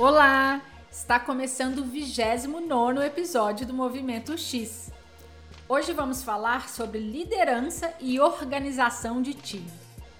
Olá! Está começando o 29º episódio do Movimento X. Hoje vamos falar sobre liderança e organização de time.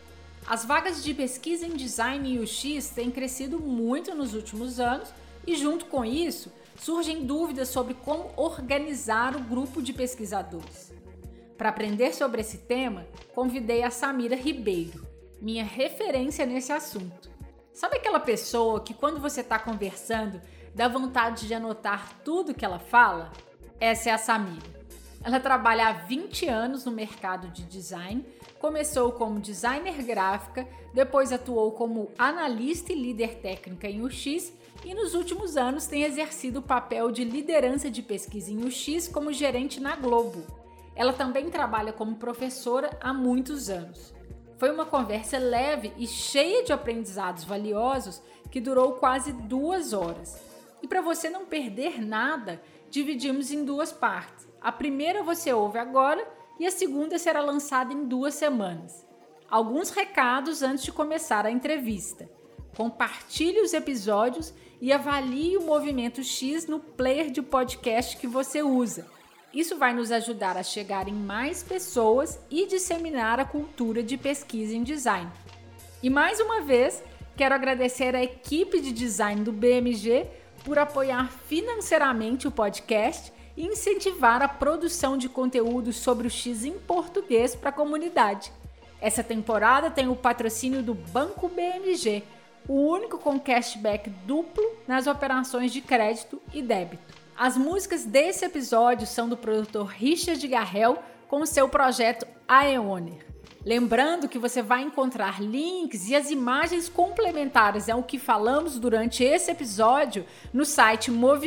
As vagas de pesquisa em design UX têm crescido muito nos últimos anos e, junto com isso, surgem dúvidas sobre como organizar o grupo de pesquisadores. Para aprender sobre esse tema, convidei a Samira Ribeiro, minha referência nesse assunto. Sabe aquela pessoa que, quando você está conversando, dá vontade de anotar tudo que ela fala? Essa é a Samira. Ela trabalha há 20 anos no mercado de design, começou como designer gráfica, depois atuou como analista e líder técnica em UX e nos últimos anos tem exercido o papel de liderança de pesquisa em UX como gerente na Globo. Ela também trabalha como professora há muitos anos. Foi uma conversa leve e cheia de aprendizados valiosos que durou quase 2 horas. E para você não perder nada, dividimos em 2 partes. A primeira você ouve agora e a segunda será lançada em 2 semanas. Alguns recados antes de começar a entrevista. Compartilhe os episódios e avalie o Movimento X no player de podcast que você usa. Isso vai nos ajudar a chegar em mais pessoas e disseminar a cultura de pesquisa em design. E mais uma vez, quero agradecer à equipe de design do BMG por apoiar financeiramente o podcast e incentivar a produção de conteúdo sobre o X em português para a comunidade. Essa temporada tem o patrocínio do Banco BMG, o único com cashback duplo nas operações de crédito e débito. As músicas desse episódio são do produtor Richard Garrel com o seu projeto Aeoner. Lembrando que você vai encontrar links e as imagens complementares ao que falamos durante esse episódio no site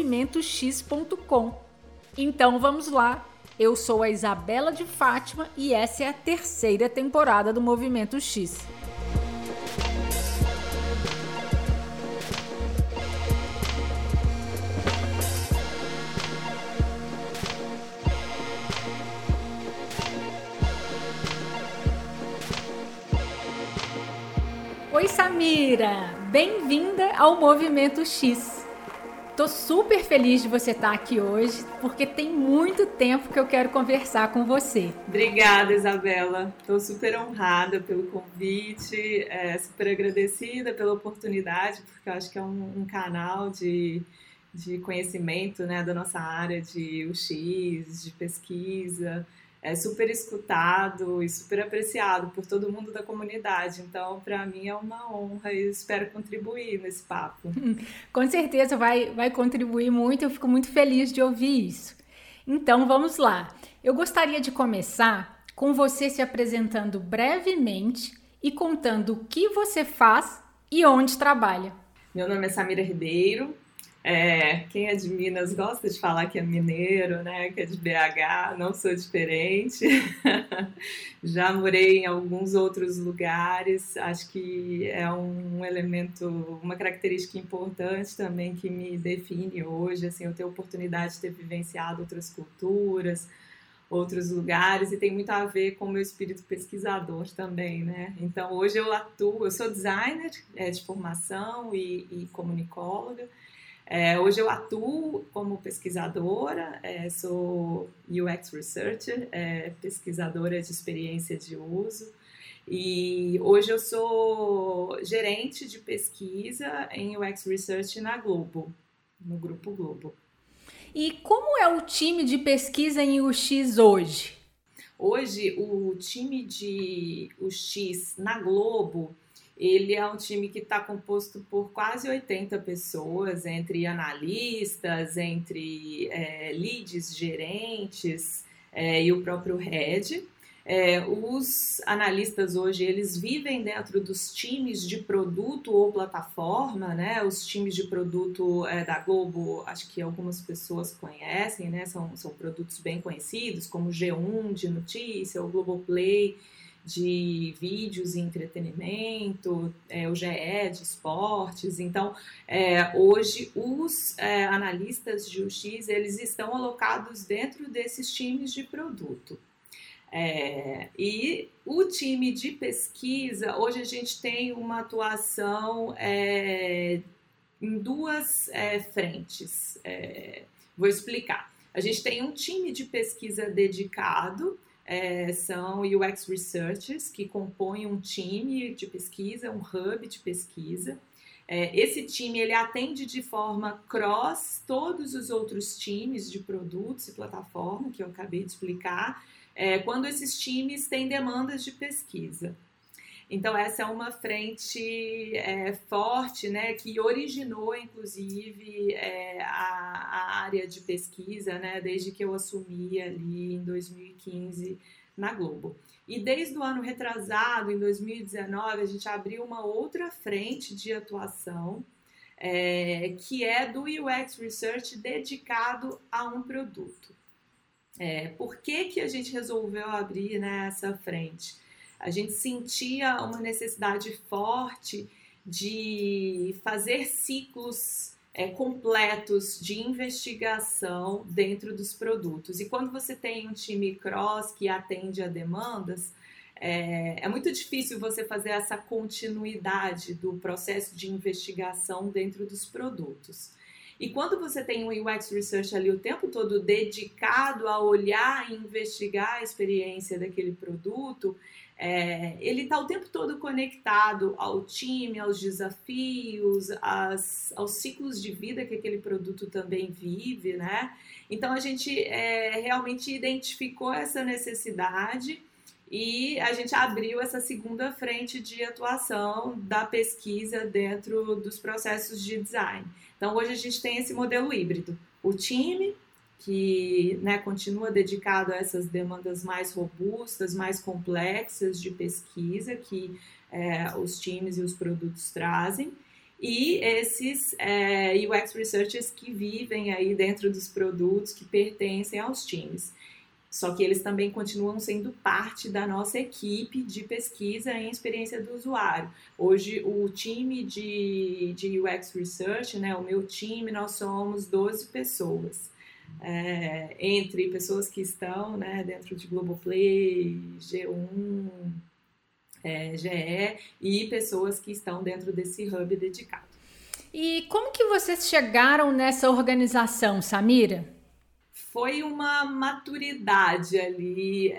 movimentox.com. Então vamos lá, eu sou a Isabela de Fátima e essa é a 3ª temporada do Movimento X. Oi Samira, bem-vinda ao Movimento X. Tô super feliz de você estar aqui hoje, porque tem muito tempo que eu quero conversar com você. Obrigada, Isabela. Estou super honrada pelo convite, super agradecida pela oportunidade, porque eu acho que é um canal de conhecimento, né, da nossa área de UX, de pesquisa. É super escutado e super apreciado por todo mundo da comunidade. Então, para mim é uma honra e espero contribuir nesse papo. Com certeza vai contribuir muito, eu fico muito feliz de ouvir isso. Então, vamos lá. Eu gostaria de começar com você se apresentando brevemente e contando o que você faz e onde trabalha. Meu nome é Samira Ribeiro. Quem é de Minas gosta de falar que é mineiro, né? Que é de BH, não sou diferente. Já morei em alguns outros lugares, acho que é um elemento, uma característica importante também que me define hoje, assim, eu tenho a oportunidade de ter vivenciado outras culturas, outros lugares, e tem muito a ver com o meu espírito pesquisador também, né? Então, hoje eu sou designer de formação e comunicóloga. Hoje eu atuo como pesquisadora, sou UX Researcher, pesquisadora de experiência de uso, e hoje eu sou gerente de pesquisa em UX Research na Globo, no Grupo Globo. E como é o time de pesquisa em UX hoje? Hoje o time de UX na Globo, ele é um time que está composto por quase 80 pessoas, entre analistas, entre leads, gerentes e o próprio head. Os analistas hoje, eles vivem dentro dos times de produto ou plataforma, né? Os times de produto da Globo, acho que algumas pessoas conhecem, né? São produtos bem conhecidos, como o G1 de notícia, o Globoplay de vídeos e entretenimento, o GE de esportes. Então, hoje os analistas de UX, eles estão alocados dentro desses times de produto. E o time de pesquisa, hoje a gente tem uma atuação em duas frentes. Vou explicar. A gente tem um time de pesquisa dedicado, são UX Researchers, que compõem um time de pesquisa, um hub de pesquisa. Esse time ele atende de forma cross todos os outros times de produtos e plataforma que eu acabei de explicar, quando esses times têm demandas de pesquisa. Então, essa é uma frente forte, né, que originou, inclusive, a área de pesquisa, né, desde que eu assumi ali em 2015 na Globo. E desde o ano retrasado, em 2019, a gente abriu uma outra frente de atuação, que é do UX Research dedicado a um produto. Por que a gente resolveu abrir, né, essa frente? A gente sentia uma necessidade forte de fazer ciclos completos de investigação dentro dos produtos. E quando você tem um time cross que atende a demandas, é muito difícil você fazer essa continuidade do processo de investigação dentro dos produtos. E quando você tem um UX Research ali o tempo todo dedicado a olhar e investigar a experiência daquele produto, ele está o tempo todo conectado ao time, aos desafios, aos ciclos de vida que aquele produto também vive, né? Então, a gente realmente identificou essa necessidade e a gente abriu essa segunda frente de atuação da pesquisa dentro dos processos de design. Então, hoje a gente tem esse modelo híbrido. O time, que, né, continua dedicado a essas demandas mais robustas, mais complexas de pesquisa que os times e os produtos trazem, e esses UX Researchers que vivem aí dentro dos produtos que pertencem aos times. Só que eles também continuam sendo parte da nossa equipe de pesquisa em experiência do usuário. Hoje, o time de UX Research, né, o meu time, nós somos 12 pessoas. Entre pessoas que estão, né, dentro de Globoplay, G1, GE, e pessoas que estão dentro desse hub dedicado. E como que vocês chegaram nessa organização, Samira? Foi uma maturidade ali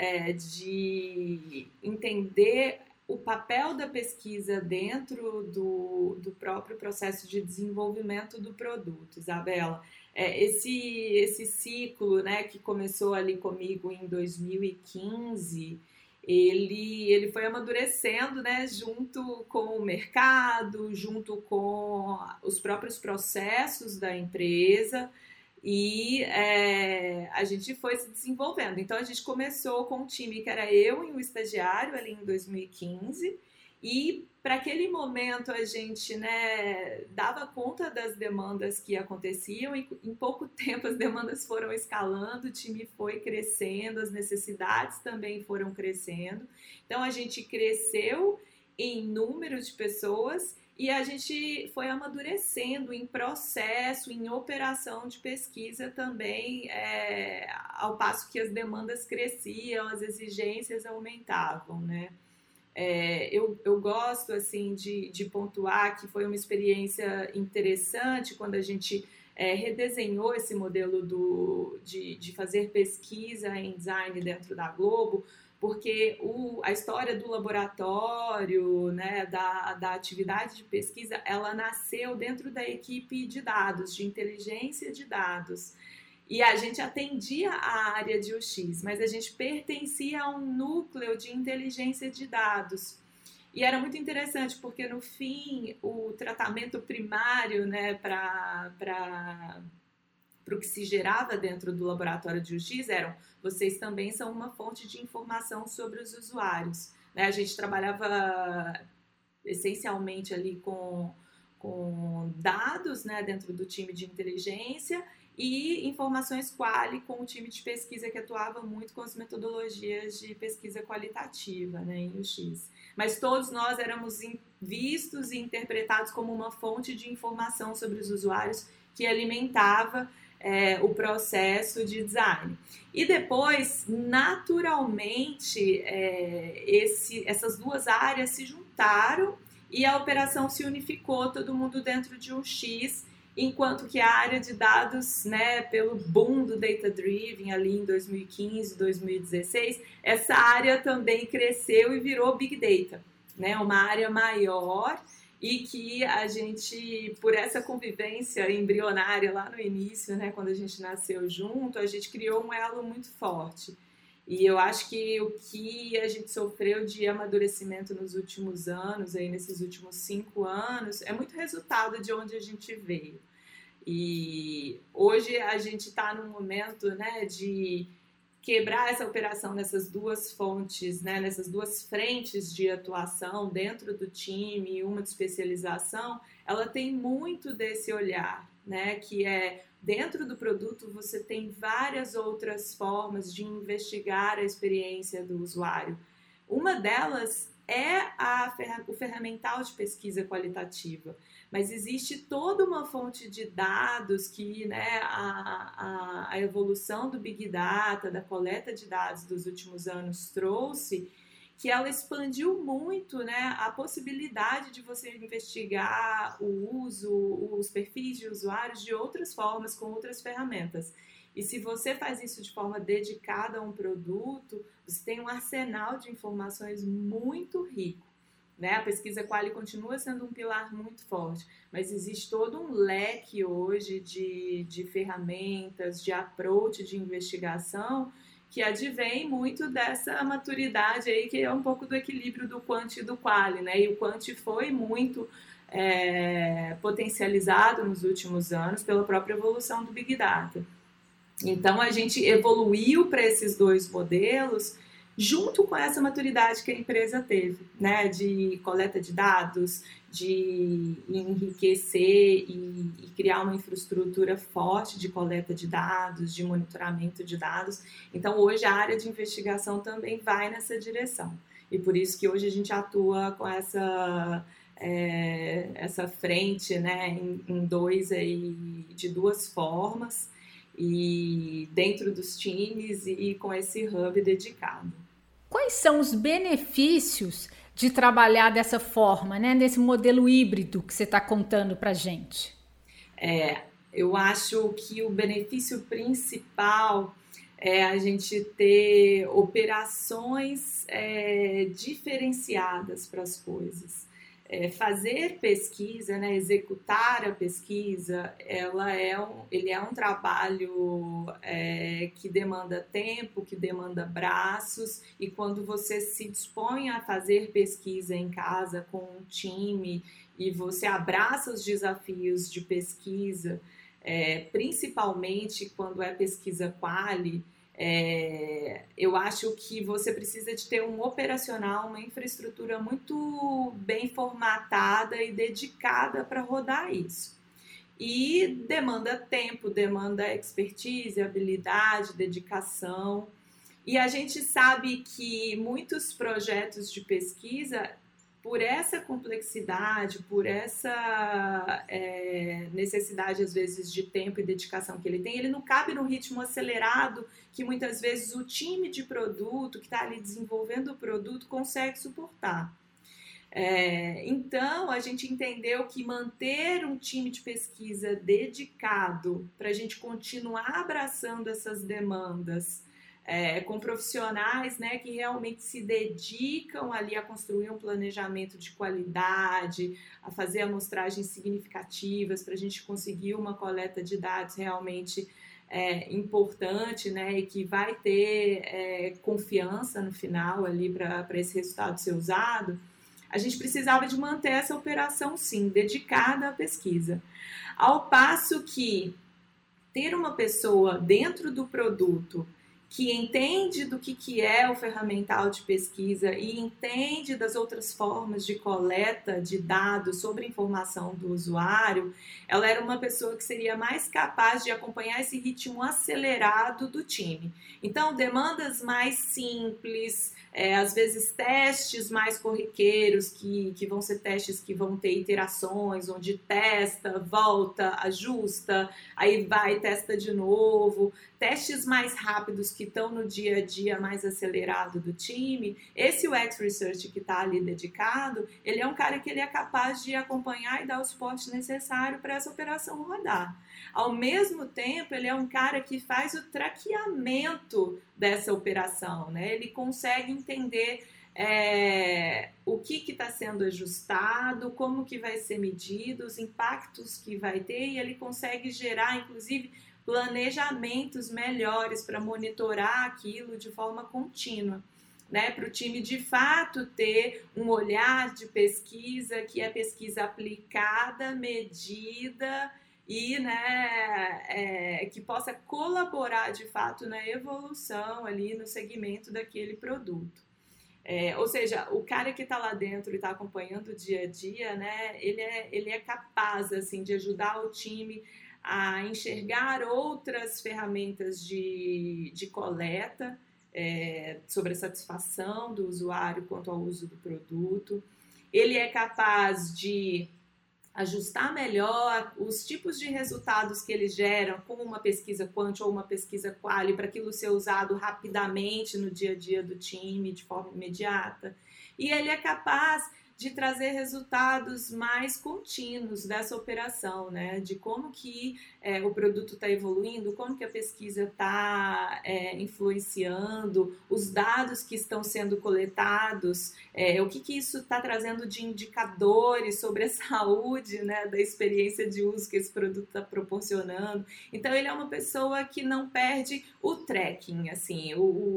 de entender o papel da pesquisa dentro do próprio processo de desenvolvimento do produto, Isabela. Esse ciclo, né, que começou ali comigo em 2015, ele foi amadurecendo, né, junto com o mercado, junto com os próprios processos da empresa, e a gente foi se desenvolvendo. Então, a gente começou com um time que era eu e um estagiário ali em 2015, e para aquele momento a gente, né, dava conta das demandas que aconteciam, e em pouco tempo as demandas foram escalando, o time foi crescendo, as necessidades também foram crescendo. Então, a gente cresceu em número de pessoas e a gente foi amadurecendo em processo, em operação de pesquisa também, ao passo que as demandas cresciam, as exigências aumentavam, né? Eu gosto, assim, de pontuar que foi uma experiência interessante quando a gente redesenhou esse modelo de fazer pesquisa em design dentro da Globo, porque a história do laboratório, né, da atividade de pesquisa, ela nasceu dentro da equipe de dados, de inteligência de dados. E a gente atendia a área de UX, mas a gente pertencia a um núcleo de inteligência de dados. E era muito interessante, porque no fim, o tratamento primário, né, para o que se gerava dentro do laboratório de UX vocês também são uma fonte de informação sobre os usuários, né? A gente trabalhava essencialmente ali com dados, né, dentro do time de inteligência, e informações quali com o time de pesquisa que atuava muito com as metodologias de pesquisa qualitativa, né, em UX. Mas todos nós éramos vistos e interpretados como uma fonte de informação sobre os usuários que alimentava o processo de design. E depois, naturalmente, essas duas áreas se juntaram e a operação se unificou, todo mundo dentro de um X, enquanto que a área de dados, né, pelo boom do Data Driven ali em 2015, 2016, essa área também cresceu e virou Big Data, né, uma área maior e que a gente, por essa convivência embrionária lá no início, né, quando a gente nasceu junto, a gente criou um elo muito forte. E eu acho que o que a gente sofreu de amadurecimento nos últimos anos, aí nesses últimos 5 anos, é muito resultado de onde a gente veio. E hoje a gente está num momento, né, de quebrar essa operação nessas duas fontes, né, nessas duas frentes de atuação dentro do time, uma de especialização, ela tem muito desse olhar, né, que é dentro do produto você tem várias outras formas de investigar a experiência do usuário. Uma delas é o ferramental de pesquisa qualitativa, mas existe toda uma fonte de dados que, né, a evolução do Big Data, da coleta de dados dos últimos anos trouxe, que ela expandiu muito, né, a possibilidade de você investigar o uso, os perfis de usuários de outras formas, com outras ferramentas. E se você faz isso de forma dedicada a um produto, você tem um arsenal de informações muito rico, né? A pesquisa quali continua sendo um pilar muito forte, mas existe todo um leque hoje de ferramentas, de approach de investigação que advém muito dessa maturidade aí, que é um pouco do equilíbrio do quant e do quali, né? E o quant foi muito potencializado nos últimos anos pela própria evolução do Big Data. Então, a gente evoluiu para esses dois modelos junto com essa maturidade que a empresa teve, né? De coleta de dados, de enriquecer e criar uma infraestrutura forte de coleta de dados, de monitoramento de dados. Então, hoje a área de investigação também vai nessa direção. E por isso que hoje a gente atua com essa frente, né, em dois aí, de duas formas, e dentro dos times e com esse hub dedicado. Quais são os benefícios de trabalhar dessa forma, né? Nesse modelo híbrido que você está contando para a gente? Eu acho que o benefício principal é a gente ter operações diferenciadas para as coisas. Fazer pesquisa, né, executar a pesquisa, ele é um trabalho que demanda tempo, que demanda braços, e quando você se dispõe a fazer pesquisa em casa com um time e você abraça os desafios de pesquisa, principalmente quando é pesquisa quali, eu acho que você precisa de ter um operacional, uma infraestrutura muito bem formatada e dedicada para rodar isso. E demanda tempo, demanda expertise, habilidade, dedicação. E a gente sabe que muitos projetos de pesquisa, por essa complexidade, por essa necessidade, às vezes, de tempo e dedicação que ele tem, ele não cabe no ritmo acelerado que muitas vezes o time de produto, que está ali desenvolvendo o produto, consegue suportar. Então, a gente entendeu que manter um time de pesquisa dedicado para a gente continuar abraçando essas demandas, com profissionais, né, que realmente se dedicam ali a construir um planejamento de qualidade, a fazer amostragens significativas para a gente conseguir uma coleta de dados realmente importante, né, e que vai ter confiança no final ali para esse resultado ser usado. A gente precisava de manter essa operação, sim, dedicada à pesquisa. Ao passo que ter uma pessoa dentro do produto que entende do que é o ferramental de pesquisa e entende das outras formas de coleta de dados sobre a informação do usuário, ela era uma pessoa que seria mais capaz de acompanhar esse ritmo acelerado do time. Então, demandas mais simples, às vezes testes mais corriqueiros, que vão ser testes que vão ter iterações, onde testa, volta, ajusta, aí vai, testa de novo, testes mais rápidos que estão no dia a dia mais acelerado do time, esse UX Research que está ali dedicado, ele é um cara que ele é capaz de acompanhar e dar o suporte necessário para essa operação rodar. Ao mesmo tempo, ele é um cara que faz o traqueamento dessa operação, né? Ele consegue entender o que está sendo ajustado, como que vai ser medido, os impactos que vai ter, e ele consegue gerar, inclusive, planejamentos melhores para monitorar aquilo de forma contínua, né? Para o time de fato ter um olhar de pesquisa que é pesquisa aplicada, medida e, né, que possa colaborar de fato na evolução ali no segmento daquele produto. Ou seja, o cara que está lá dentro e está acompanhando o dia a dia, né, ele é capaz assim, de ajudar o time a enxergar outras ferramentas de coleta sobre a satisfação do usuário quanto ao uso do produto. Ele é capaz de ajustar melhor os tipos de resultados que eles geram, como uma pesquisa quant ou uma pesquisa quali, para aquilo ser usado rapidamente no dia a dia do time, de forma imediata. E ele é capaz de trazer resultados mais contínuos dessa operação, né? De como que o produto está evoluindo, como que a pesquisa está influenciando, os dados que estão sendo coletados, o que isso está trazendo de indicadores sobre a saúde, né, da experiência de uso que esse produto está proporcionando. Então, ele é uma pessoa que não perde o tracking, assim,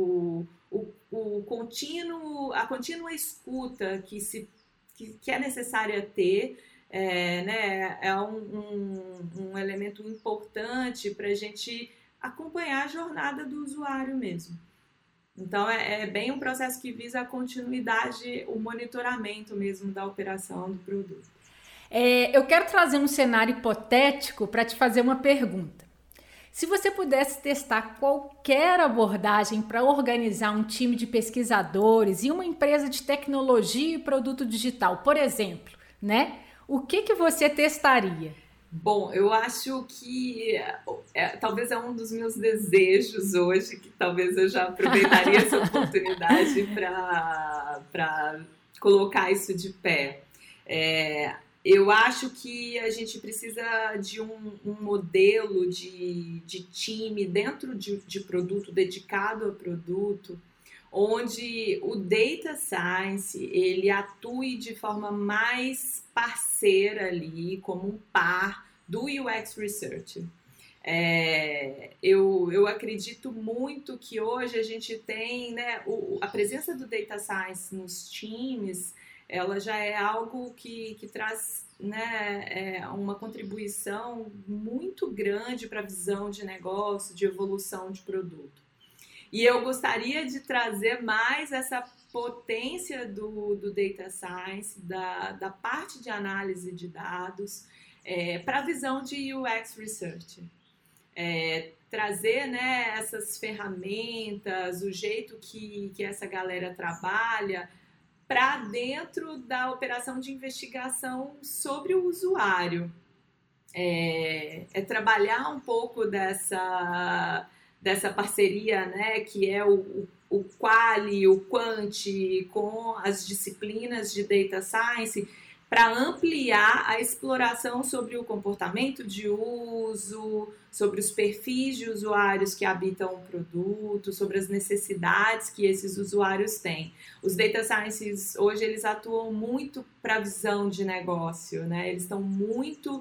a contínua escuta que é necessária ter, né, é um elemento importante para a gente acompanhar a jornada do usuário mesmo. Então, é bem um processo que visa a continuidade, o monitoramento mesmo da operação do produto. Eu quero trazer um cenário hipotético para te fazer uma pergunta. Se você pudesse testar qualquer abordagem para organizar um time de pesquisadores e uma empresa de tecnologia e produto digital, por exemplo, né? O que você testaria? Bom, eu acho que talvez é um dos meus desejos hoje, que talvez eu já aproveitaria essa oportunidade para colocar isso de pé. Eu acho que a gente precisa de um modelo de time dentro de produto, dedicado a produto, onde o Data Science ele atue de forma mais parceira ali, como um par do UX Research. Eu acredito muito que hoje a gente tem, né, a presença do Data Science nos times, ela já é algo que traz, né, uma contribuição muito grande para a visão de negócio, de evolução de produto. E eu gostaria de trazer mais essa potência do Data Science, da parte de análise de dados, para a visão de UX Research. Trazer, né, essas ferramentas, o jeito que essa galera trabalha, para dentro da operação de investigação sobre o usuário. Trabalhar um pouco dessa parceria, né, que é o quali, o quant, com as disciplinas de Data Science, para ampliar a exploração sobre o comportamento de uso, sobre os perfis de usuários que habitam o produto, sobre as necessidades que esses usuários têm. Os Data Sciences, hoje, eles atuam muito para a visão de negócio, né? Eles estão muito...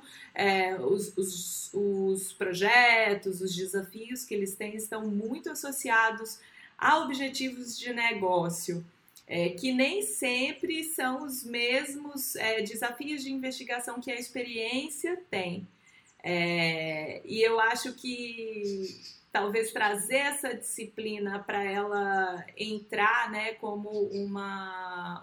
os projetos, os desafios que eles têm estão muito associados a objetivos de negócio. Que nem sempre são os mesmos desafios de investigação que a experiência tem. E eu acho que talvez trazer essa disciplina para ela entrar, né, como uma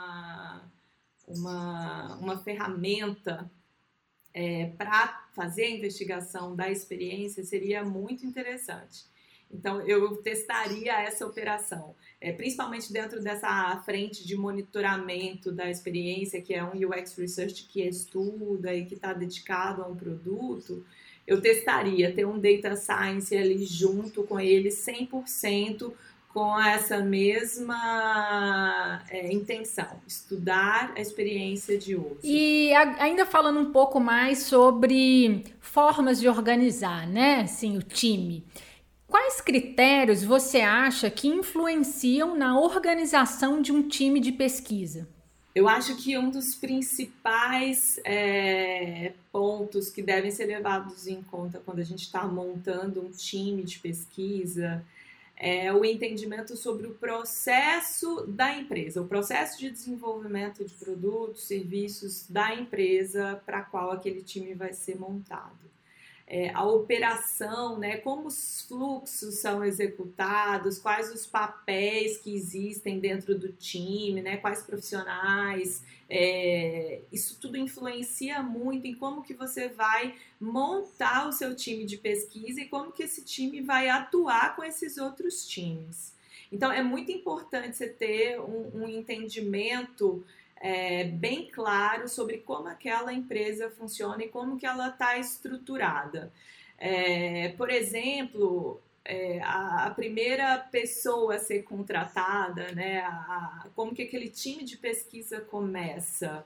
ferramenta para fazer a investigação da experiência seria muito interessante. Então, eu testaria essa operação, principalmente dentro dessa frente de monitoramento da experiência, que é um UX Research que estuda e que está dedicado a um produto. eu testaria ter um data science ali junto com ele 100%, com essa mesma intenção, estudar a experiência de uso. E ainda falando um pouco mais sobre formas de organizar, né? Assim, o time. Quais critérios você acha que influenciam na organização de um time de pesquisa? Eu acho que um dos principais pontos que devem ser levados em conta quando a gente está montando um time de pesquisa é o entendimento sobre o processo da empresa, o processo de desenvolvimento de produtos, serviços da empresa para a qual aquele time vai ser montado. A operação, né, como os fluxos são executados, quais os papéis que existem dentro do time, né, quais profissionais, isso tudo influencia muito em como que você vai montar o seu time de pesquisa e como que esse time vai atuar com esses outros times. Então, é muito importante você ter um entendimento bem claro sobre como aquela empresa funciona e como que ela está estruturada. Por exemplo, a primeira pessoa a ser contratada, né, como que aquele time de pesquisa começa.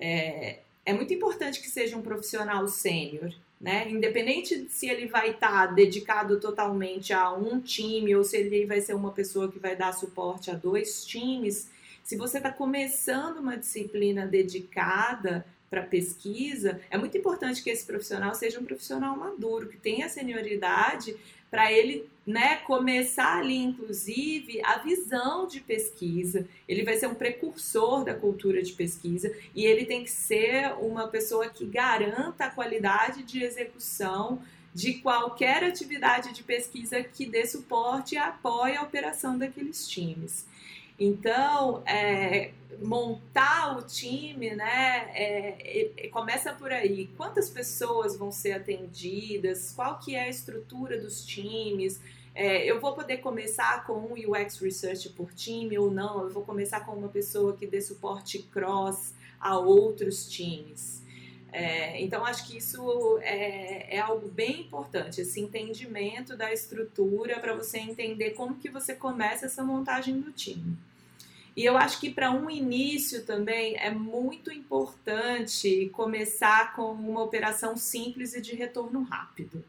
É muito importante que seja um profissional sênior, né? Independente de se ele vai estar dedicado totalmente a um time ou se ele vai ser uma pessoa que vai dar suporte a 2 times. Se você está começando uma disciplina dedicada para pesquisa, é muito importante que esse profissional seja um profissional maduro, que tenha senioridade para ele, né, começar ali, inclusive, a visão de pesquisa. Ele vai ser um precursor da cultura de pesquisa e ele tem que ser uma pessoa que garanta a qualidade de execução de qualquer atividade de pesquisa que dê suporte e apoie a operação daqueles times. Então, montar o time, né, começa por aí. Quantas pessoas vão ser atendidas? Qual que é a estrutura dos times? Eu vou poder começar com um UX Research por time ou não? Eu vou começar com uma pessoa que dê suporte cross a outros times. Então, acho que isso é algo bem importante, esse entendimento da estrutura para você entender como que você começa essa montagem do time. E eu acho que para um início também é muito importante começar com uma operação simples e de retorno rápido.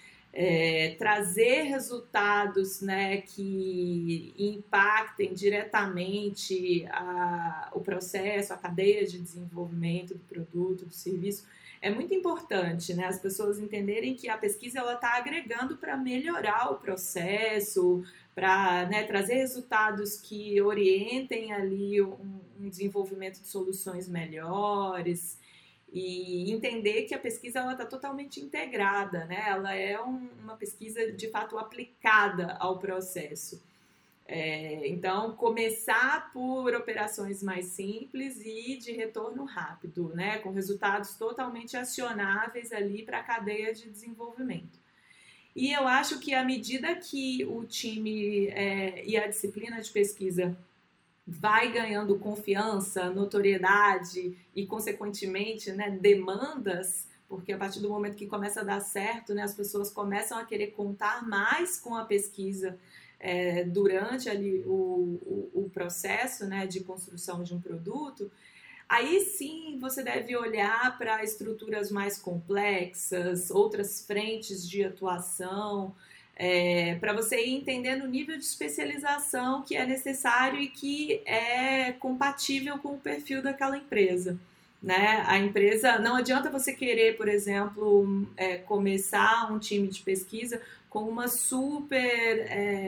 Trazer resultados, né, que impactem diretamente o processo, a cadeia de desenvolvimento do produto, do serviço, é muito importante, né, as pessoas entenderem que a pesquisa está agregando para melhorar o processo, para, né, trazer resultados que orientem ali um desenvolvimento de soluções melhores. E entender que a pesquisa está totalmente integrada, né? Ela é uma pesquisa de fato aplicada ao processo. Então, começar por operações mais simples e de retorno rápido, né? Com resultados totalmente acionáveis ali para a cadeia de desenvolvimento. E eu acho que à medida que o time e a disciplina de pesquisa vai ganhando confiança, notoriedade e, consequentemente, né, demandas, porque a partir do momento que começa a dar certo, né, as pessoas começam a querer contar mais com a pesquisa durante ali o processo, né, de construção de um produto. Aí sim você deve olhar para estruturas mais complexas, outras frentes de atuação, para você ir entendendo o nível de especialização que é necessário e que é compatível com o perfil daquela empresa, né? A empresa, não adianta você querer, por exemplo, começar um time de pesquisa com uma super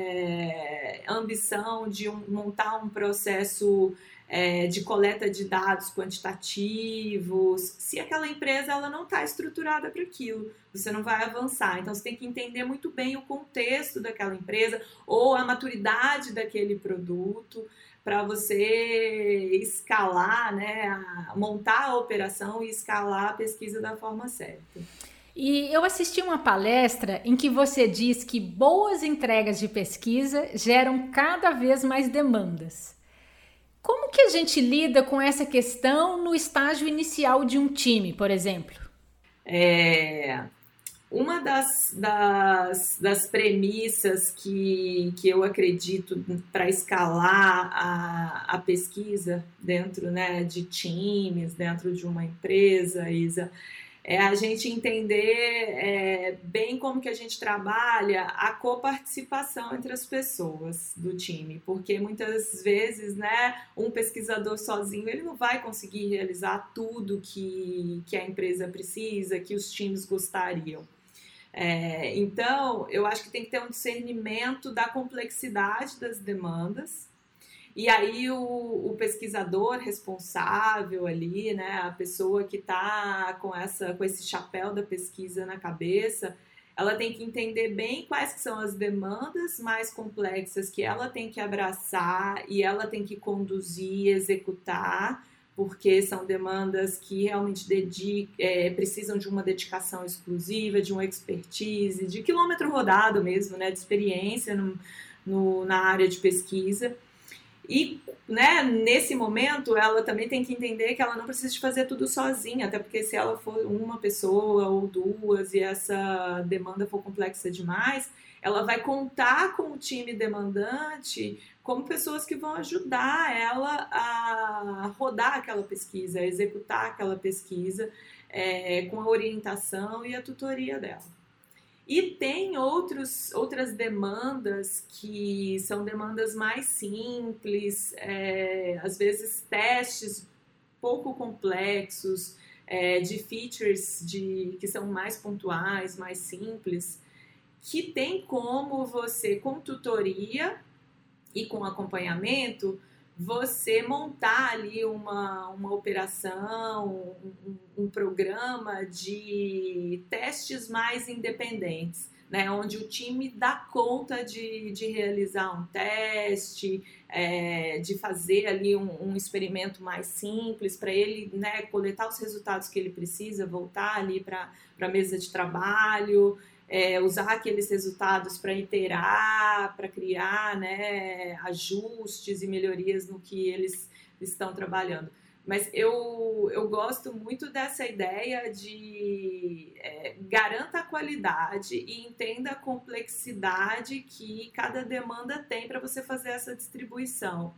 ambição de montar um processo de coleta de dados quantitativos. Se aquela empresa ela não está estruturada para aquilo, você não vai avançar. Então, você tem que entender muito bem o contexto daquela empresa ou a maturidade daquele produto para você escalar, né, montar a operação e escalar a pesquisa da forma certa. E eu assisti uma palestra em que você diz que boas entregas de pesquisa geram cada vez mais demandas. Como que a gente lida com essa questão no estágio inicial de um time, por exemplo? Uma das premissas que eu acredito para escalar a pesquisa dentro, né, de times, dentro de uma empresa, Isa, é a gente entender bem como que a gente trabalha a coparticipação entre as pessoas do time, porque muitas vezes, né, um pesquisador sozinho ele não vai conseguir realizar tudo que a empresa precisa, que os times gostariam. Então, eu acho que tem que ter um discernimento da complexidade das demandas. E aí o pesquisador responsável ali, né, a pessoa que está com esse chapéu da pesquisa na cabeça, ela tem que entender bem quais que são as demandas mais complexas que ela tem que abraçar e ela tem que conduzir, executar, porque são demandas que realmente precisam de uma dedicação exclusiva, de uma expertise, de quilômetro rodado mesmo, né, de experiência na área de pesquisa. E, né, nesse momento, ela também tem que entender que ela não precisa de fazer tudo sozinha, até porque se ela for uma pessoa ou duas e essa demanda for complexa demais, ela vai contar com o time demandante como pessoas que vão ajudar ela a rodar aquela pesquisa, a executar aquela pesquisa com a orientação e a tutoria dela. E tem outras demandas que são demandas mais simples, às vezes testes pouco complexos, de features que são mais pontuais, mais simples, que tem como você, com tutoria e com acompanhamento, você montar ali uma operação, um programa de testes mais independentes, né, onde o time dá conta de realizar um teste, de fazer ali um experimento mais simples para ele, né, coletar os resultados que ele precisa, voltar ali para a mesa de trabalho, usar aqueles resultados para iterar, para criar, né, ajustes e melhorias no que eles estão trabalhando. Mas eu gosto muito dessa ideia de garanta a qualidade e entenda a complexidade que cada demanda tem para você fazer essa distribuição.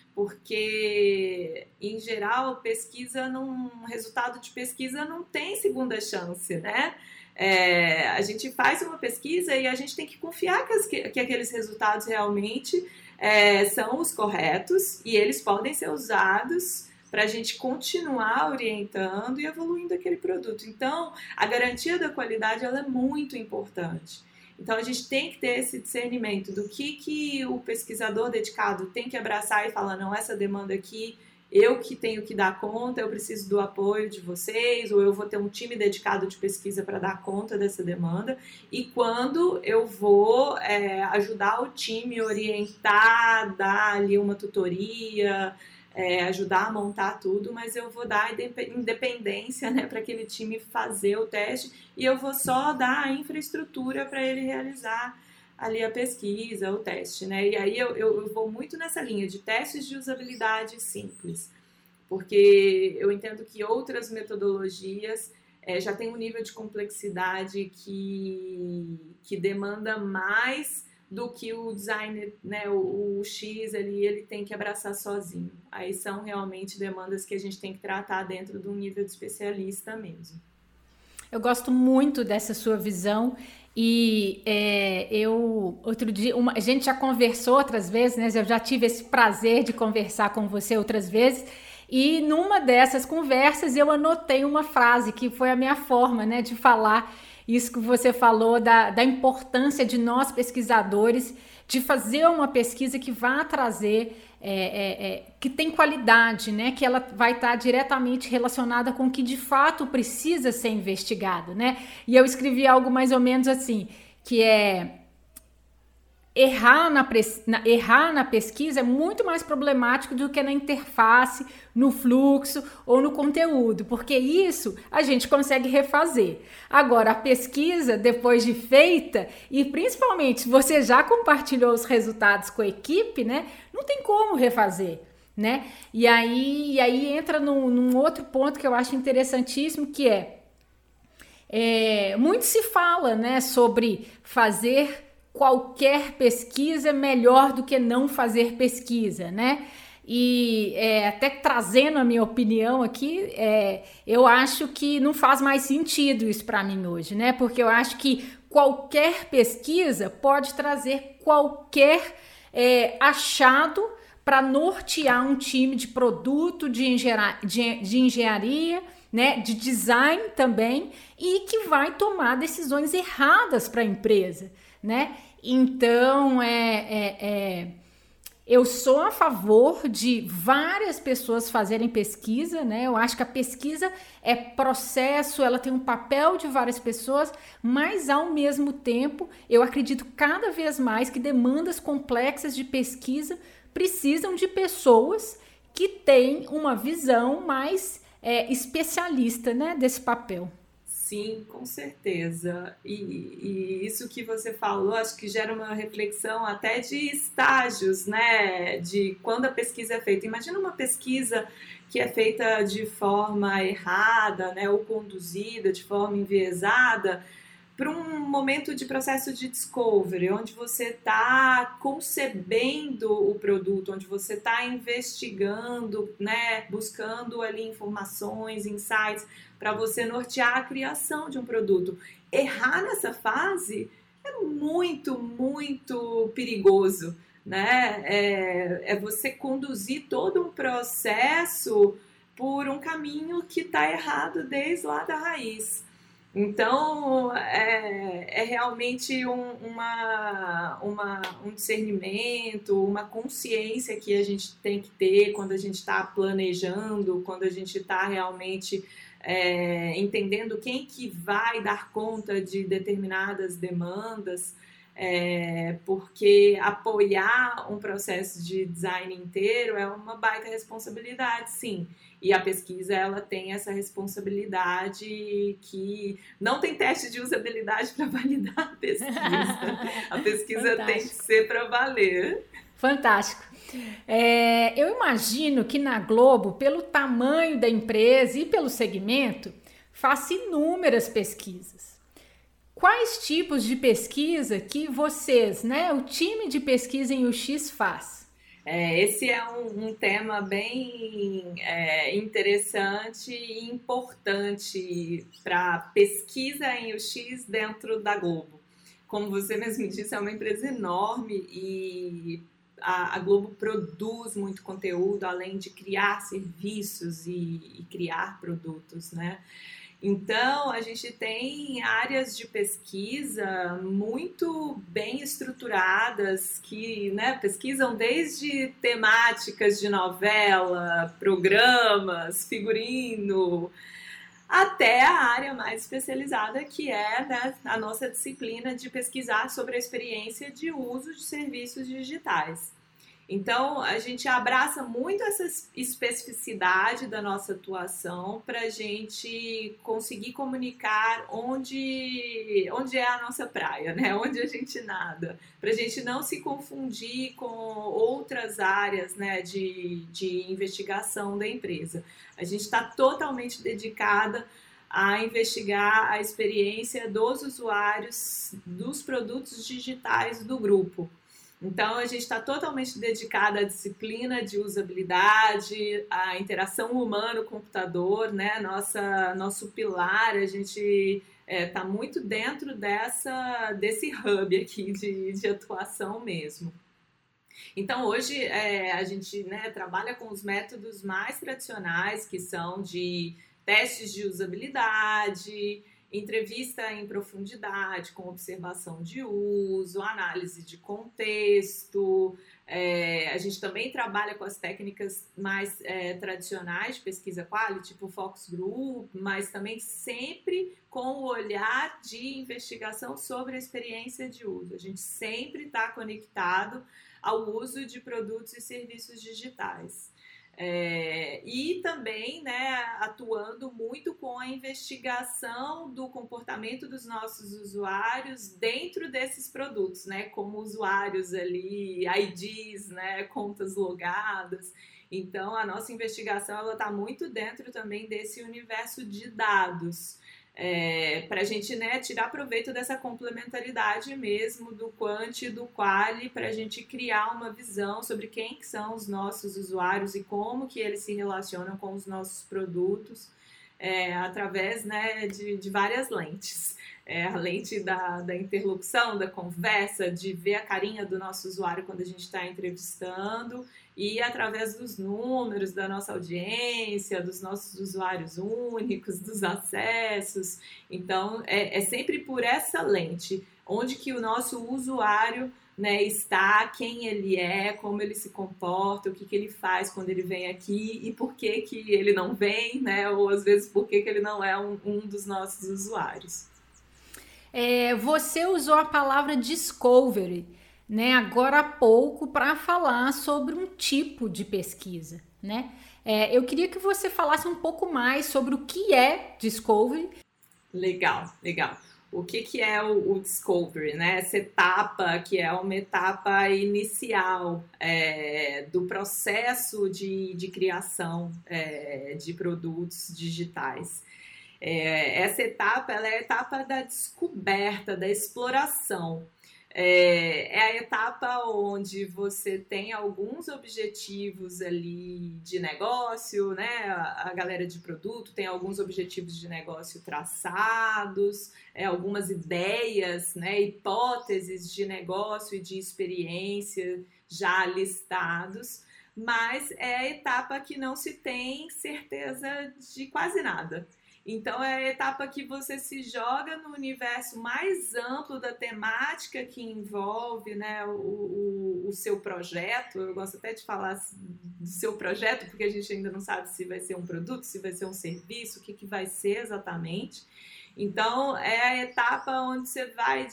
Porque, em geral, resultado de pesquisa não tem segunda chance, né? A gente faz uma pesquisa e a gente tem que confiar que aqueles resultados realmente são os corretos e eles podem ser usados para a gente continuar orientando e evoluindo aquele produto. Então, a garantia da qualidade ela é muito importante. Então, a gente tem que ter esse discernimento do que o pesquisador dedicado tem que abraçar e falar, não, essa demanda aqui eu que tenho que dar conta, eu preciso do apoio de vocês, ou eu vou ter um time dedicado de pesquisa para dar conta dessa demanda, e quando eu vou ajudar o time, orientar, dar ali uma tutoria, ajudar a montar tudo, mas eu vou dar independência, né, para aquele time fazer o teste, e eu vou só dar a infraestrutura para ele realizar ali a pesquisa, o teste, né? E aí eu vou muito nessa linha de testes de usabilidade simples, porque eu entendo que outras metodologias já tem um nível de complexidade que demanda mais do que o designer, né, o X ali, ele tem que abraçar sozinho. Aí são realmente demandas que a gente tem que tratar dentro de um nível de especialista mesmo. Eu gosto muito dessa sua visão e outro dia, a gente já conversou outras vezes, né? Eu já tive esse prazer de conversar com você outras vezes e numa dessas conversas eu anotei uma frase que foi a minha forma, né, de falar isso que você falou da importância de nós pesquisadores de fazer uma pesquisa que vá trazer que tem qualidade, né? Que ela vai estar diretamente relacionada com o que de fato precisa ser investigado, né? E eu escrevi algo mais ou menos assim, que errar na pesquisa é muito mais problemático do que na interface, no fluxo ou no conteúdo, porque isso a gente consegue refazer. Agora, a pesquisa, depois de feita, e principalmente se você já compartilhou os resultados com a equipe, né, não tem como refazer, né? E aí entra num outro ponto que eu acho interessantíssimo, que Muito se fala, né, sobre fazer qualquer pesquisa melhor do que não fazer pesquisa, né? E até trazendo a minha opinião aqui, eu acho que não faz mais sentido isso para mim hoje, né? Porque eu acho que qualquer pesquisa pode trazer qualquer achado para nortear um time de produto, de engenharia, né, de design também, e que vai tomar decisões erradas para a empresa, né? Então, eu sou a favor de várias pessoas fazerem pesquisa, né? Eu acho que a pesquisa é processo, ela tem um papel de várias pessoas, mas ao mesmo tempo, eu acredito cada vez mais que demandas complexas de pesquisa precisam de pessoas que têm uma visão mais especialista, né, desse papel. Sim, com certeza. E isso que você falou, acho que gera uma reflexão até de estágios, né? De quando a pesquisa é feita. Imagina uma pesquisa que é feita de forma errada, né? Ou conduzida de forma enviesada, para um momento de processo de discovery, onde você está concebendo o produto, onde você está investigando, né, buscando ali informações, insights, para você nortear a criação de um produto. Errar nessa fase é muito, muito perigoso, né? É você conduzir todo um processo por um caminho que está errado desde lá da raiz. Então, é realmente um discernimento, uma consciência que a gente tem que ter quando a gente está planejando, quando a gente está realmente entendendo quem que vai dar conta de determinadas demandas, porque apoiar um processo de design inteiro é uma baita responsabilidade, sim. E a pesquisa, ela tem essa responsabilidade que não tem teste de usabilidade para validar a pesquisa. A pesquisa tem que ser para valer. Fantástico. Eu imagino que na Globo, pelo tamanho da empresa e pelo segmento, faça inúmeras pesquisas. Quais tipos de pesquisa que vocês, né, o time de pesquisa em UX faz? Esse é um tema bem interessante e importante para pesquisa em UX dentro da Globo. Como você mesmo disse, é uma empresa enorme e a Globo produz muito conteúdo, além de criar serviços e criar produtos, né? Então, a gente tem áreas de pesquisa muito bem estruturadas que, né, pesquisam desde temáticas de novela, programas, figurino, até a área mais especializada, que é, né, a nossa disciplina de pesquisar sobre a experiência de uso de serviços digitais. Então, a gente abraça muito essa especificidade da nossa atuação para a gente conseguir comunicar onde é a nossa praia, né? Onde a gente nada, para a gente não se confundir com outras áreas, né, de investigação da empresa. A gente está totalmente dedicada a investigar a experiência dos usuários dos produtos digitais do grupo. Então, a gente está totalmente dedicada à disciplina de usabilidade, à interação humano-computador, né? Nosso pilar, a gente está muito dentro desse hub aqui de atuação mesmo. Então, hoje, a gente, né, trabalha com os métodos mais tradicionais, que são de testes de usabilidade, entrevista em profundidade, com observação de uso, análise de contexto. A gente também trabalha com as técnicas mais tradicionais de pesquisa quality, tipo focus group, mas também sempre com o olhar de investigação sobre a experiência de uso. A gente sempre está conectado ao uso de produtos e serviços digitais. E também, né, atuando muito com a investigação do comportamento dos nossos usuários dentro desses produtos, né, como usuários ali, IDs, né, contas logadas. Então, a nossa investigação está muito dentro também desse universo de dados. para a gente, né, tirar proveito dessa complementaridade mesmo do quant e do quali, para a gente criar uma visão sobre quem que são os nossos usuários e como que eles se relacionam com os nossos produtos, através, né, de várias lentes. A lente da interlocução, da conversa, de ver a carinha do nosso usuário quando a gente está entrevistando, e através dos números da nossa audiência, dos nossos usuários únicos, dos acessos. Então, é sempre por essa lente, onde que o nosso usuário, né, está, quem ele é, como ele se comporta, o que ele faz quando ele vem aqui e por que ele não vem, né, ou às vezes por que ele não é um dos nossos usuários. Você usou a palavra discovery, né, agora há pouco, para falar sobre um tipo de pesquisa, né? Eu queria que você falasse um pouco mais sobre o que é discovery. Legal. O que é o discovery, né? Essa etapa que é uma etapa inicial do processo de criação de produtos digitais. Essa etapa ela é a etapa da descoberta, da exploração. É a etapa onde você tem alguns objetivos ali de negócio, né? A galera de produto tem alguns objetivos de negócio traçados, algumas ideias, né? Hipóteses de negócio e de experiência já listados, mas é a etapa que não se tem certeza de quase nada. Então, é a etapa que você se joga no universo mais amplo da temática que envolve, né, o seu projeto. Eu gosto até de falar do seu projeto, porque a gente ainda não sabe se vai ser um produto, se vai ser um serviço, o que vai ser exatamente. Então, é a etapa onde você vai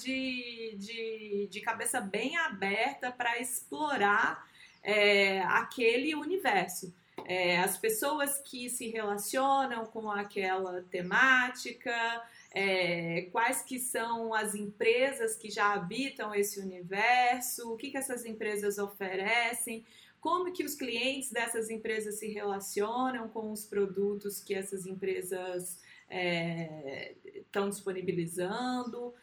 de cabeça bem aberta para explorar aquele universo. As pessoas que se relacionam com aquela temática, quais que são as empresas que já habitam esse universo, o que essas empresas oferecem, como que os clientes dessas empresas se relacionam com os produtos que essas empresas estão disponibilizando,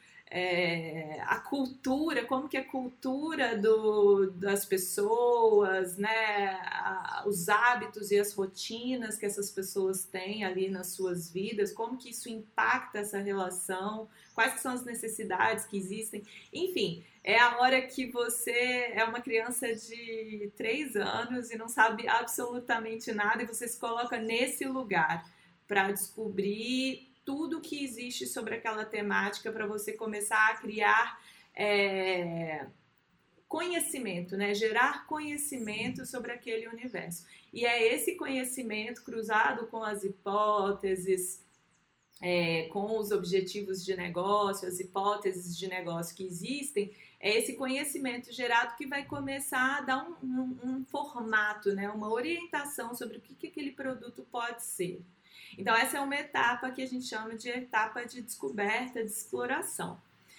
a cultura, como que a cultura das pessoas, né, os hábitos e as rotinas que essas pessoas têm ali nas suas vidas, como que isso impacta essa relação, quais que são as necessidades que existem, enfim, é a hora que você é uma criança de 3 anos e não sabe absolutamente nada e você se coloca nesse lugar para descobrir tudo que existe sobre aquela temática para você começar a criar conhecimento, né? Gerar conhecimento sobre aquele universo. E é esse conhecimento cruzado com as hipóteses, com os objetivos de negócio, as hipóteses de negócio que existem, é esse conhecimento gerado que vai começar a dar um formato, né? Uma orientação sobre o que aquele produto pode ser. Então, essa é uma etapa que a gente chama de etapa de descoberta, de exploração.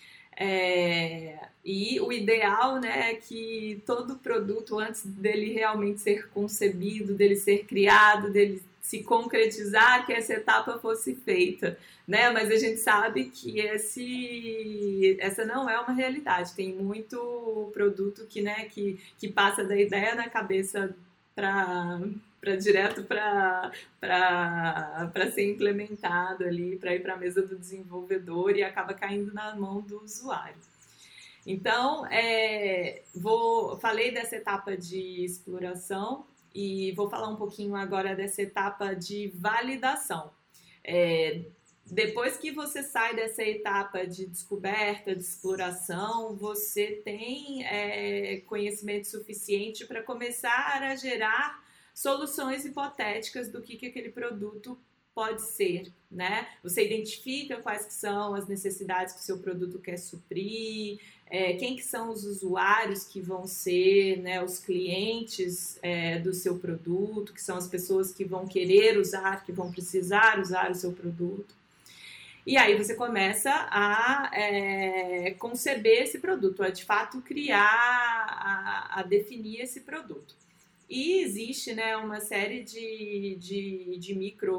E o ideal, né, é que todo produto, antes dele realmente ser concebido, dele ser criado, dele se concretizar, que essa etapa fosse feita, né? Mas a gente sabe que essa não é uma realidade. Tem muito produto que passa da ideia na cabeça direto para ser implementado ali, para ir para a mesa do desenvolvedor e acaba caindo na mão do usuário. Então, falei dessa etapa de exploração e vou falar um pouquinho agora dessa etapa de validação. Depois que você sai dessa etapa de descoberta, de exploração, você tem conhecimento suficiente para começar a gerar soluções hipotéticas do que aquele produto pode ser, né? Você identifica quais que são as necessidades que o seu produto quer suprir, quem que são os usuários que vão ser, né, os clientes do seu produto, que são as pessoas que vão querer usar, que vão precisar usar o seu produto. E aí você começa a conceber esse produto, a de fato criar, a definir esse produto. E existe, né, uma série de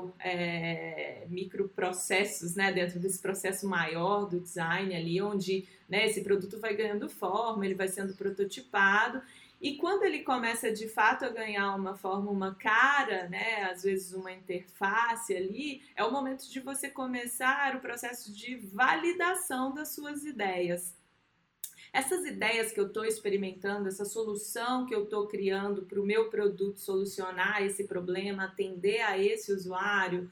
microprocessos, né, dentro desse processo maior do design ali, onde, né, esse produto vai ganhando forma, ele vai sendo prototipado, e quando ele começa de fato a ganhar uma forma, uma cara, né, às vezes uma interface ali, é o momento de você começar o processo de validação das suas ideias. Essas ideias que eu estou experimentando, essa solução que eu estou criando para o meu produto solucionar esse problema, atender a esse usuário,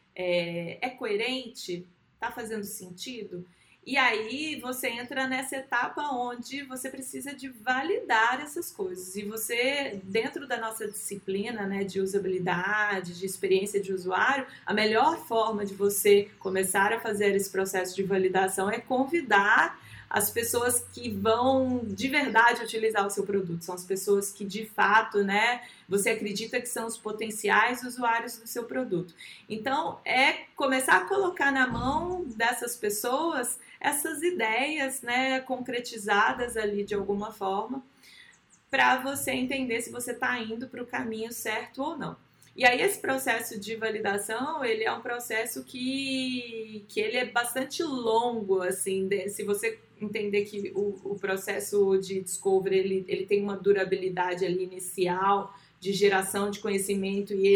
é coerente? Está fazendo sentido? E aí você entra nessa etapa onde você precisa de validar essas coisas. E você, dentro da nossa disciplina, né, de usabilidade, de experiência de usuário, a melhor forma de você começar a fazer esse processo de validação é convidar as pessoas que vão de verdade utilizar o seu produto. São as pessoas que de fato, né, você acredita que são os potenciais usuários do seu produto. Então, é começar a colocar na mão dessas pessoas essas ideias, né, concretizadas ali de alguma forma, para você entender se você está indo para o caminho certo ou não. E aí esse processo de validação, ele é um processo que ele é bastante longo, assim, se você entender que o processo de discovery, ele tem uma durabilidade ali inicial, de geração de conhecimento, e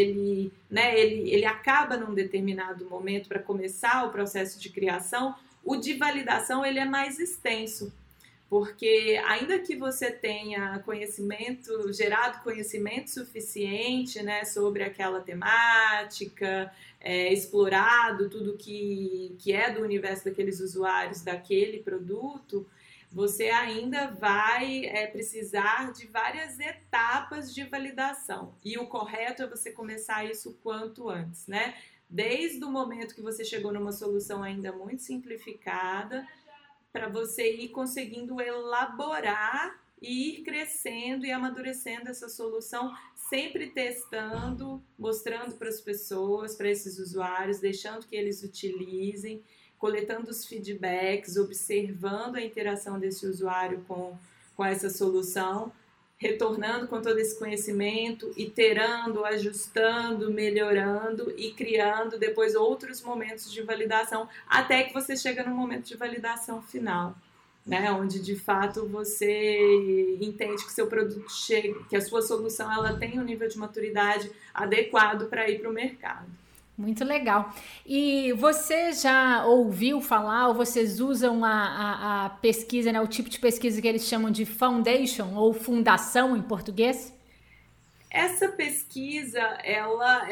ele acaba num determinado momento para começar o processo de criação. O de validação, ele é mais extenso, porque ainda que você tenha conhecimento, gerado conhecimento suficiente, né, sobre aquela temática, explorado tudo que é do universo daqueles usuários daquele produto, você ainda vai precisar de várias etapas de validação. E o correto é você começar isso o quanto antes, né? Desde o momento que você chegou numa solução ainda muito simplificada, para você ir conseguindo elaborar e ir crescendo e amadurecendo essa solução, sempre testando, mostrando para as pessoas, para esses usuários, deixando que eles utilizem, coletando os feedbacks, observando a interação desse usuário com essa solução, retornando com todo esse conhecimento, iterando, ajustando, melhorando e criando depois outros momentos de validação, até que você chega no momento de validação final, né? Onde de fato você entende que seu produto chega, que a sua solução ela tem um nível de maturidade adequado para ir para o mercado. Muito legal. E você já ouviu falar, ou vocês usam a pesquisa, né, o tipo de pesquisa que eles chamam de foundation ou fundação em português? Essa pesquisa, ela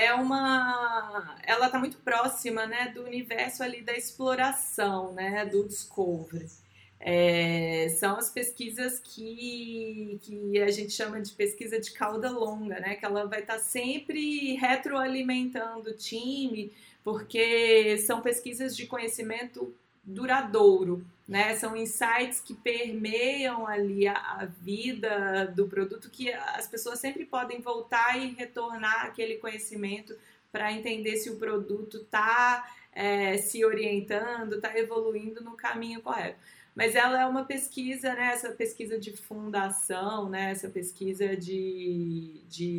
está muito próxima, né, do universo ali da exploração, né, do discovery. São as pesquisas que a gente chama de pesquisa de cauda longa, né? Que ela vai estar sempre retroalimentando o time, porque são pesquisas de conhecimento duradouro, né? São insights que permeiam ali a vida do produto, que as pessoas sempre podem voltar e retornar aquele conhecimento para entender se o produto está se orientando, está evoluindo no caminho correto. Mas ela é uma pesquisa, né, essa pesquisa de fundação, né, essa pesquisa de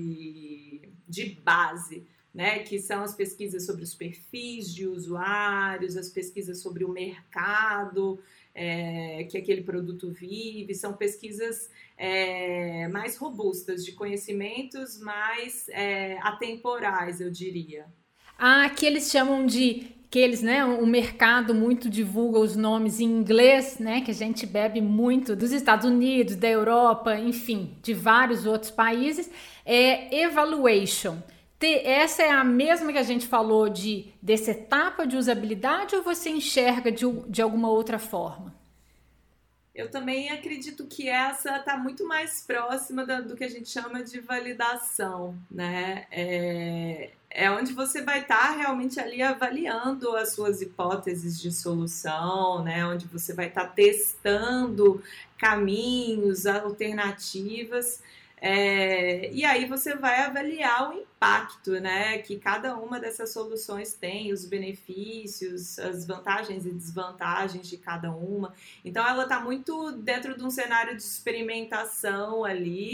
base, né, que são as pesquisas sobre os perfis de usuários, as pesquisas sobre o mercado que aquele produto vive, são pesquisas mais robustas, de conhecimentos mais atemporais, eu diria. Que eles chamam que eles, né, o mercado muito divulga os nomes em inglês, né, que a gente bebe muito dos Estados Unidos, da Europa, enfim, de vários outros países, evaluation. Essa é a mesma que a gente falou dessa etapa de usabilidade, ou você enxerga de alguma outra forma? Eu também acredito que essa está muito mais próxima do que a gente chama de validação, né? É onde você vai estar realmente ali avaliando as suas hipóteses de solução, né? Onde você vai estar testando caminhos, alternativas. E aí você vai avaliar o impacto, né, que cada uma dessas soluções tem, os benefícios, as vantagens e desvantagens de cada uma. Então ela está muito dentro de um cenário de experimentação ali,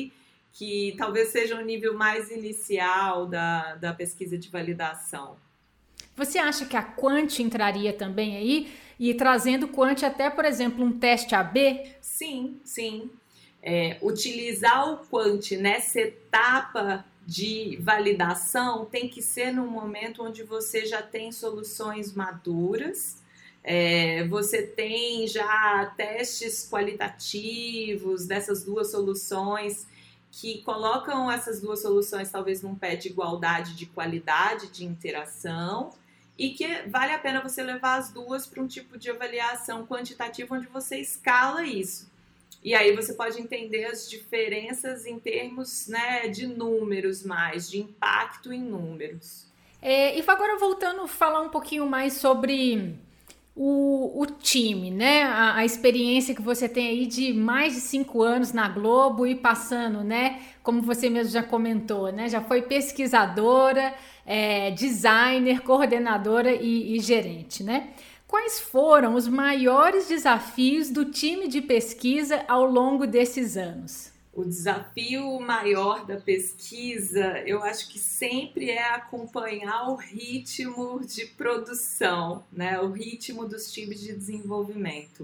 que talvez seja um nível mais inicial da pesquisa de validação. Você acha que a Quant entraria também aí? E trazendo Quant até, por exemplo, um teste AB? Sim. Utilizar o Quant nessa etapa de validação tem que ser num momento onde você já tem soluções maduras, você tem já testes qualitativos dessas duas soluções que colocam essas duas soluções talvez num pé de igualdade de qualidade de interação e que vale a pena você levar as duas para um tipo de avaliação quantitativa onde você escala isso. E aí você pode entender as diferenças em termos, né, de números mais, de impacto em números. E agora voltando a falar um pouquinho mais sobre o time, né? A experiência que você tem aí de mais de 5 anos na Globo e passando, né? Como você mesmo já comentou, né? Já foi pesquisadora, designer, coordenadora e gerente, né? Quais foram os maiores desafios do time de pesquisa ao longo desses anos? O desafio maior da pesquisa, eu acho que sempre é acompanhar o ritmo de produção, né? O ritmo dos times de desenvolvimento.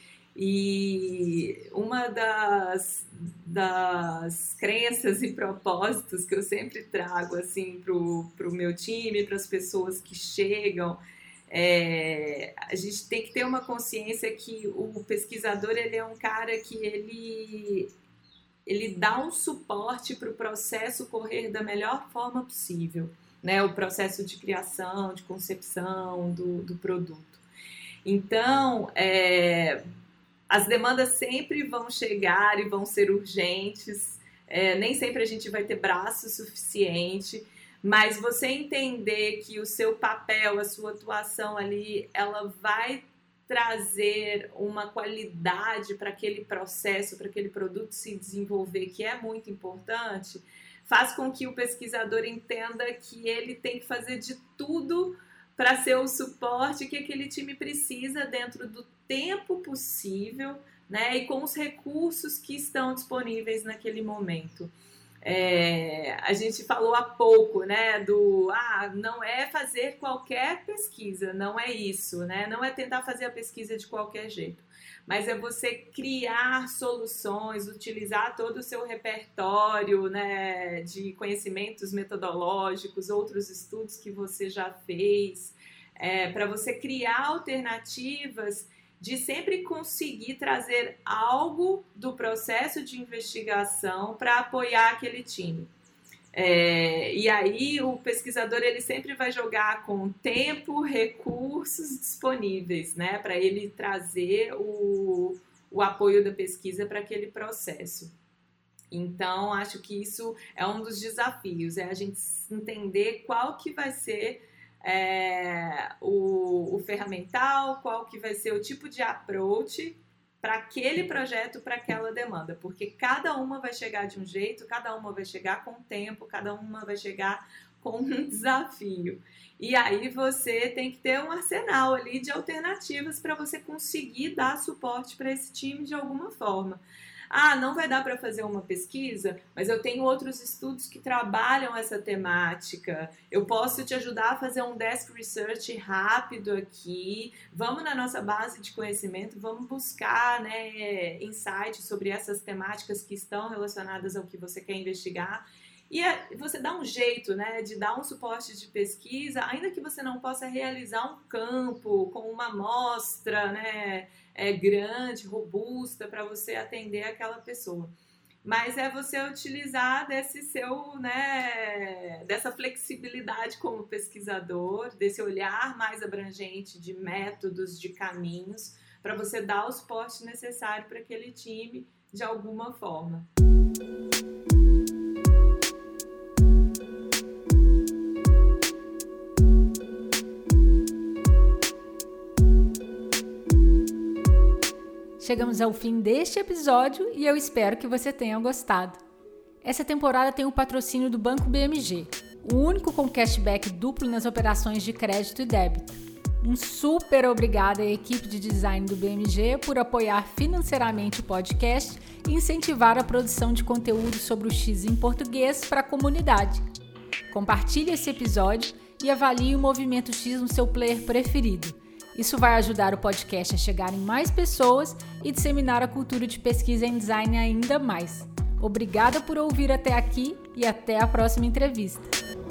E uma das crenças e propósitos que eu sempre trago assim, para o meu time, para as pessoas que chegam, a gente tem que ter uma consciência que o pesquisador ele é um cara que ele dá um suporte para o processo correr da melhor forma possível, né? O processo de criação, de concepção do produto. Então, as demandas sempre vão chegar e vão ser urgentes, nem sempre a gente vai ter braço suficiente, mas você entender que o seu papel, a sua atuação ali, ela vai trazer uma qualidade para aquele processo, para aquele produto se desenvolver, que é muito importante, faz com que o pesquisador entenda que ele tem que fazer de tudo para ser o suporte que aquele time precisa dentro do tempo possível, né, e com os recursos que estão disponíveis naquele momento. A gente falou há pouco, né, não é fazer qualquer pesquisa, não é isso, né, não é tentar fazer a pesquisa de qualquer jeito, mas é você criar soluções, utilizar todo o seu repertório, né, de conhecimentos metodológicos, outros estudos que você já fez, para você criar alternativas de sempre conseguir trazer algo do processo de investigação para apoiar aquele time. E aí o pesquisador ele sempre vai jogar com tempo, recursos disponíveis, né, para ele trazer o apoio da pesquisa para aquele processo. Então, acho que isso é um dos desafios, a gente entender qual que vai ser o ferramental, qual que vai ser o tipo de approach para aquele projeto, para aquela demanda, porque cada uma vai chegar de um jeito, cada uma vai chegar com tempo, cada uma vai chegar com um desafio. E aí você tem que ter um arsenal ali de alternativas para você conseguir dar suporte para esse time de alguma forma. Não vai dar para fazer uma pesquisa, mas eu tenho outros estudos que trabalham essa temática. Eu posso te ajudar a fazer um desk research rápido aqui. Vamos na nossa base de conhecimento, vamos buscar, né, insights sobre essas temáticas que estão relacionadas ao que você quer investigar. E você dá um jeito, né, de dar um suporte de pesquisa, ainda que você não possa realizar um campo com uma amostra, né, grande, robusta, para você atender aquela pessoa. Mas é você utilizar desse seu, né, dessa flexibilidade como pesquisador, desse olhar mais abrangente de métodos, de caminhos, para você dar o suporte necessário para aquele time de alguma forma. Chegamos ao fim deste episódio e eu espero que você tenha gostado. Essa temporada tem o patrocínio do Banco BMG, o único com cashback duplo nas operações de crédito e débito. Um super obrigada à equipe de design do BMG por apoiar financeiramente o podcast e incentivar a produção de conteúdo sobre o X em português para a comunidade. Compartilhe esse episódio e avalie o Movimento X no seu player preferido. Isso vai ajudar o podcast a chegar em mais pessoas e disseminar a cultura de pesquisa em design ainda mais. Obrigada por ouvir até aqui e até a próxima entrevista.